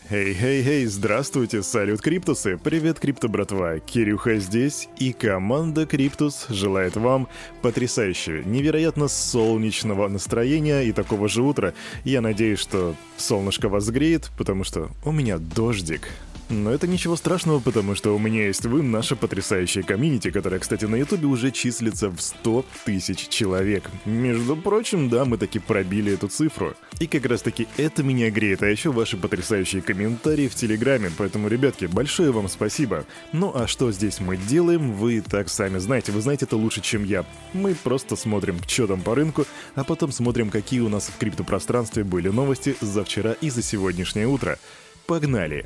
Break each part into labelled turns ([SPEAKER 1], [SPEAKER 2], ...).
[SPEAKER 1] Эй, здравствуйте, салют, Криптусы, привет, Крипто братва, Кирюха здесь, и команда Криптус желает вам потрясающего, невероятно солнечного настроения и такого же утра. Я надеюсь, что солнышко вас греет, потому что у меня дождик. Но это ничего страшного, потому что у меня есть вы, наша потрясающая комьюнити, которая, кстати, на ютубе уже числится в 100 тысяч человек. Между прочим, да, мы таки пробили эту цифру. И как раз таки это меня греет, а еще ваши потрясающие комментарии в Телеграме, поэтому, ребятки, большое вам спасибо. Ну а что здесь мы делаем, вы и так сами знаете, вы знаете это лучше, чем я. Мы просто смотрим, что там по рынку, а потом смотрим, какие у нас в криптопространстве были новости за вчера и за сегодняшнее утро. Погнали!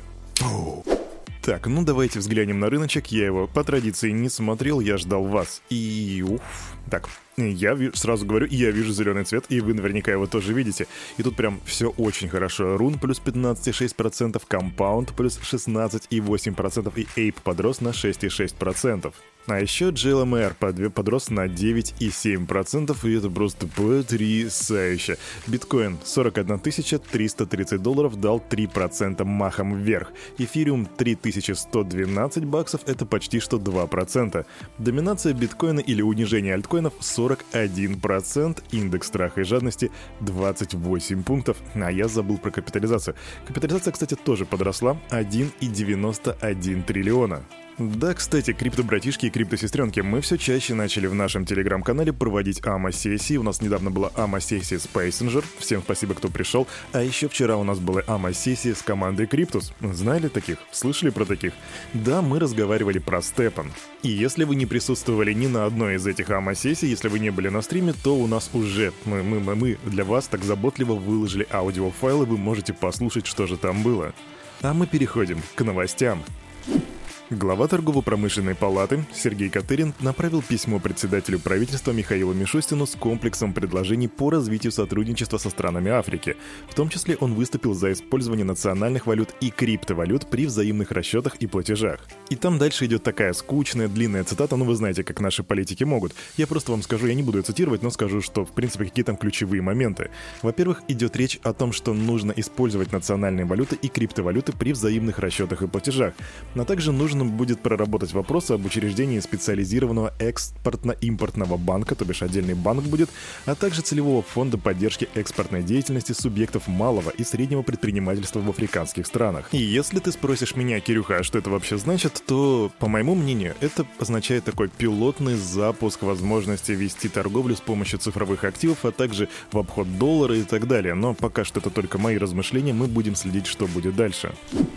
[SPEAKER 1] Так, ну давайте взглянем на рыночек. Я его по традиции не смотрел, я ждал вас. И... Так, сразу говорю, я вижу зеленый цвет, и вы наверняка его тоже видите. И тут прям все очень хорошо. Рун плюс 15,6%, Compound плюс 16,8%, и Ape подрос на 6,6%. А еще GLMR подрос на 9,7%, и это просто потрясающе. Биткоин 41 330 долларов дал 3% махом вверх. Эфириум 3112 баксов, это почти что 2%. Доминация биткоина или унижение альткоинов 41%, индекс страха и жадности 28 пунктов. А я забыл про капитализацию. Капитализация, кстати, тоже подросла, 1,91 триллиона. Да, кстати, крипто-братишки и крипто-сестренки, мы все чаще начали в нашем телеграм-канале проводить АМА-сессии. У нас недавно была АМА-сессия с Passenger. Всем спасибо, кто пришел. А еще вчера у нас была АМА-сессия с командой Криптус. Знали таких? Слышали про таких? Да, мы разговаривали про Степан. И если вы не присутствовали ни на одной из этих АМА-сессий, если вы не были на стриме, то у нас уже мы для вас так заботливо выложили аудиофайлы, вы можете послушать, что же там было. А мы переходим к новостям. Глава торгово-промышленной палаты Сергей Катырин направил письмо председателю правительства Михаилу Мишустину с комплексом предложений по развитию сотрудничества со странами Африки. В том числе он выступил за использование национальных валют и криптовалют при взаимных расчетах и платежах. И там дальше идет такая скучная, длинная цитата, ну вы знаете, как наши политики могут. Я просто вам скажу, я не буду ее цитировать, но скажу, что в принципе какие там ключевые моменты. Во-первых, идет речь о том, что нужно использовать национальные валюты и криптовалюты при взаимных расчетах и платежах. А также нужно будет проработать вопросы об учреждении специализированного экспортно-импортного банка, то бишь отдельный банк будет, а также целевого фонда поддержки экспортной деятельности субъектов малого и среднего предпринимательства в африканских странах. И если ты спросишь меня, Кирюха, а что это вообще значит, то, по моему мнению, это означает такой пилотный запуск возможности вести торговлю с помощью цифровых активов, а также в обход доллара и так далее. Но пока что это только мои размышления, мы будем следить, что будет дальше.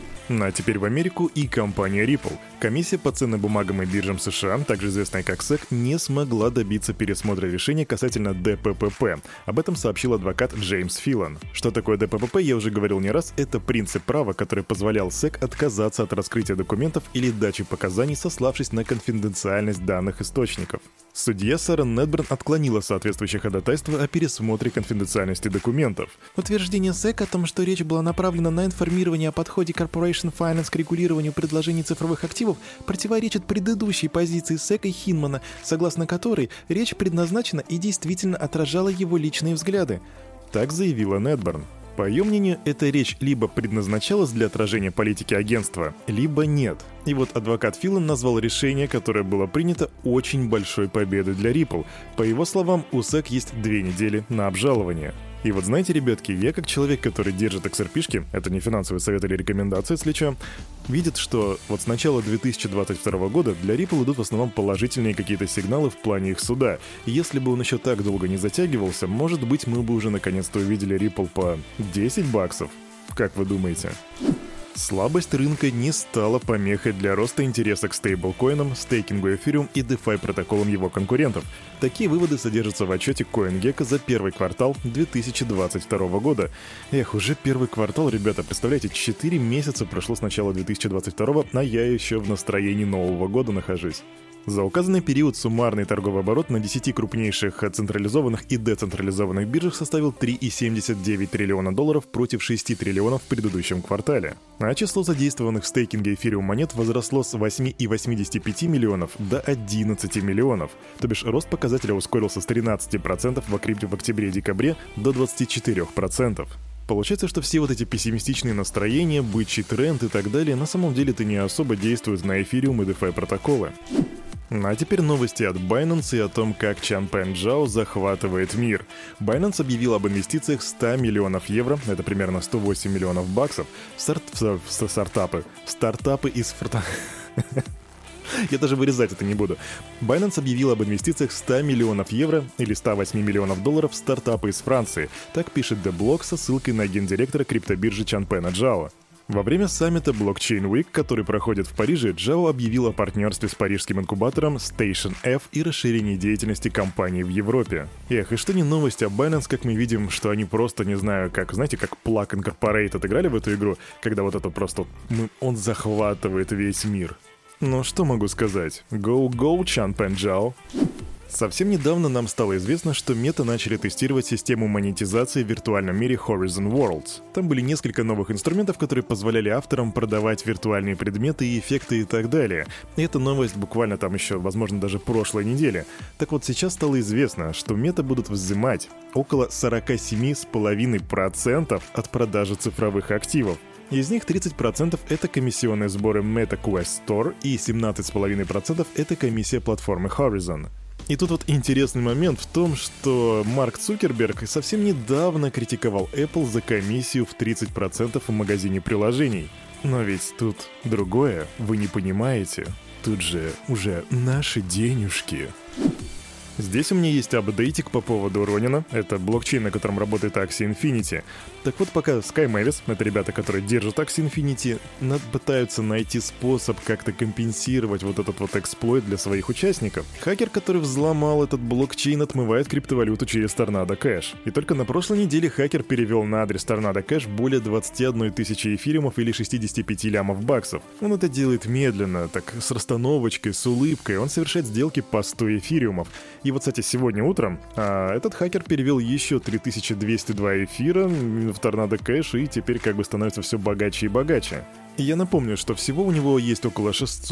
[SPEAKER 1] А теперь в Америку и компания Ripple. Комиссия по ценным бумагам и биржам США, также известная как SEC, не смогла добиться пересмотра решения касательно ДППП. Об этом сообщил адвокат Джеймс Филан. Что такое ДППП, я уже говорил не раз, это принцип права, который позволял SEC отказаться от раскрытия документов или дачи показаний, сославшись на конфиденциальность данных источников. Судья Сара Недберн отклонила соответствующее ходатайство о пересмотре конфиденциальности документов.
[SPEAKER 2] Утверждение SEC о том, что речь была направлена на информирование о подходе Corporation Finance к регулированию предложений цифровых активов, противоречит предыдущей позиции SEC и Хинмана, согласно которой речь предназначена и действительно отражала его личные взгляды.
[SPEAKER 1] Так заявила Недберн. По ее мнению, эта речь либо предназначалась для отражения политики агентства, либо нет. И вот адвокат Филан назвал решение, которое было принято, очень большой победой для Ripple. По его словам, у SEC есть 2 недели на обжалование. И вот знаете, ребятки, я как человек, который держит XRP-шки, это не финансовый совет или рекомендация, если что, видит, что вот с начала 2022 года для Ripple идут в основном положительные какие-то сигналы в плане их суда. И если бы он еще так долго не затягивался, может быть, мы бы уже наконец-то увидели Ripple по 10 баксов. Как вы думаете? Слабость рынка не стала помехой для роста интереса к стейблкоинам, стейкингу Ethereum и DeFi протоколам его конкурентов. Такие выводы содержатся в отчете CoinGecko за первый квартал 2022 года. Уже первый квартал, ребята, представляете, 4 месяца прошло с начала 2022, а я еще в настроении Нового года нахожусь. За указанный период суммарный торговый оборот на 10 крупнейших централизованных и децентрализованных биржах составил 3,79 триллиона долларов против 6 триллионов в предыдущем квартале. А число задействованных в стейкинге эфириум монет возросло с 8,85 миллионов до 11 миллионов. То бишь рост показателя ускорился с 13% в октябре-декабре до 24%. Получается, что все вот эти пессимистичные настроения, бычий тренд и так далее на самом деле-то не особо действуют на эфириум и DeFi протоколы. А теперь новости от Binance и о том, как Чанпэн Чжао захватывает мир. Binance объявил об инвестициях 100 миллионов евро, это примерно 108 миллионов баксов, в стартапы из Я даже вырезать это не буду. Binance объявил об инвестициях 100 миллионов евро или 108 миллионов долларов в стартапы из Франции. Так пишет The Block со ссылкой на гендиректора криптобиржи Чанпэна Чжао. Во время саммита Blockchain Week, который проходит в Париже, Чжао объявил о партнерстве с парижским инкубатором Station F и расширении деятельности компании в Европе. Эх, и что не новость о Binance, как мы видим, что они просто, не знаю, как, знаете, как Plug Incorporated отыграли в эту игру, когда вот это просто, он захватывает весь мир. Ну что могу сказать? Go, Чанпэн Чжао. Совсем недавно нам стало известно, что Meta начали тестировать систему монетизации в виртуальном мире Horizon Worlds. Там были несколько новых инструментов, которые позволяли авторам продавать виртуальные предметы и эффекты и так далее. И эта новость буквально там еще, возможно, даже прошлой неделе. Так вот, сейчас стало известно, что Meta будут взимать около 47,5% от продажи цифровых активов. Из них 30% это комиссионные сборы MetaQuest Store и 17,5% это комиссия платформы Horizon. И тут вот интересный момент в том, что Марк Цукерберг совсем недавно критиковал Apple за комиссию в 30% в магазине приложений. Но ведь тут другое, вы не понимаете. Тут же уже наши денежки. Здесь у меня есть апдейтик по поводу Ронина. Это блокчейн, на котором работает Axie Infinity. Так вот, пока Sky Mavis, это ребята, которые держат Axie Infinity, пытаются найти способ как-то компенсировать вот этот вот эксплойт для своих участников. Хакер, который взломал этот блокчейн, отмывает криптовалюту через Tornado Cash. И только на прошлой неделе хакер перевел на адрес Tornado Cash более 21 тысячи эфириумов или 65 лямов баксов. Он это делает медленно, так с расстановочкой, с улыбкой. Он совершает сделки по 100 эфириумов. И вот, кстати, сегодня утром этот хакер перевел еще 3202 эфира в Tornado Cash и теперь как бы становится все богаче и богаче. И я напомню, что всего у него есть около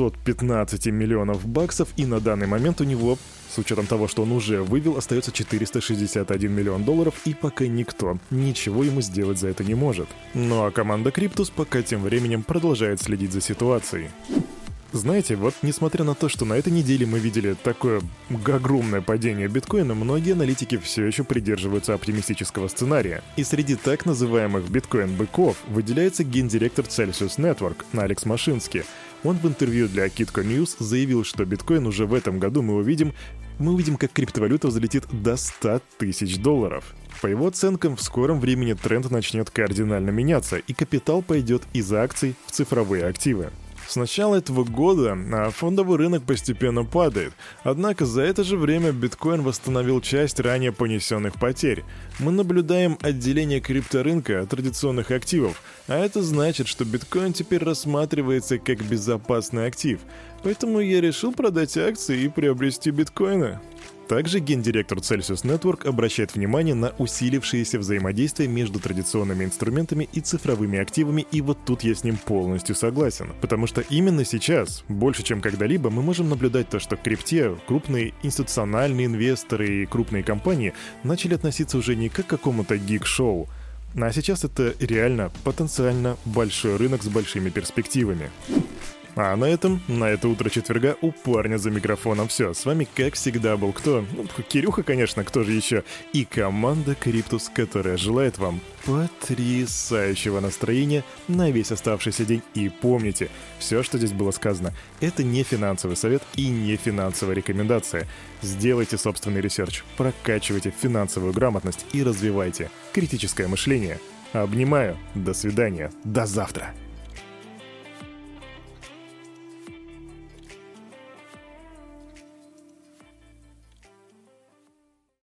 [SPEAKER 1] 615 миллионов баксов, и на данный момент у него, с учетом того, что он уже вывел, остается 461 миллион долларов, и пока никто ничего ему сделать за это не может. Ну а команда Cryptus пока тем временем продолжает следить за ситуацией. Знаете, вот несмотря на то, что на этой неделе мы видели такое огромное падение биткоина, многие аналитики все еще придерживаются оптимистического сценария. И среди так называемых биткоин-быков выделяется гендиректор Celsius Network Алекс Машинский. Он в интервью для Kitco News заявил, что биткоин уже в этом году мы увидим, как криптовалюта взлетит до 100 тысяч долларов. По его оценкам, в скором времени тренд начнет кардинально меняться, и капитал пойдет из акций в цифровые активы. С начала этого года фондовый рынок постепенно падает, однако за это же время биткоин восстановил часть ранее понесенных потерь. Мы наблюдаем отделение крипторынка от традиционных активов, а это значит, что биткоин теперь рассматривается как безопасный актив. Поэтому я решил продать акции и приобрести биткоины. Также гендиректор Celsius Network обращает внимание на усилившееся взаимодействие между традиционными инструментами и цифровыми активами, и вот тут я с ним полностью согласен. Потому что именно сейчас, больше чем когда-либо, мы можем наблюдать то, что к крипте крупные институциональные инвесторы и крупные компании начали относиться уже не как к какому-то гик-шоу, а сейчас это реально потенциально большой рынок с большими перспективами. А на это утро четверга у парня за микрофоном все. С вами, как всегда, был кто? Кирюха, конечно, кто же еще? И команда Cryptus, которая желает вам потрясающего настроения на весь оставшийся день. И помните, все, что здесь было сказано, это не финансовый совет и не финансовая рекомендация. Сделайте собственный ресерч, прокачивайте финансовую грамотность и развивайте критическое мышление. Обнимаю, до свидания, до завтра.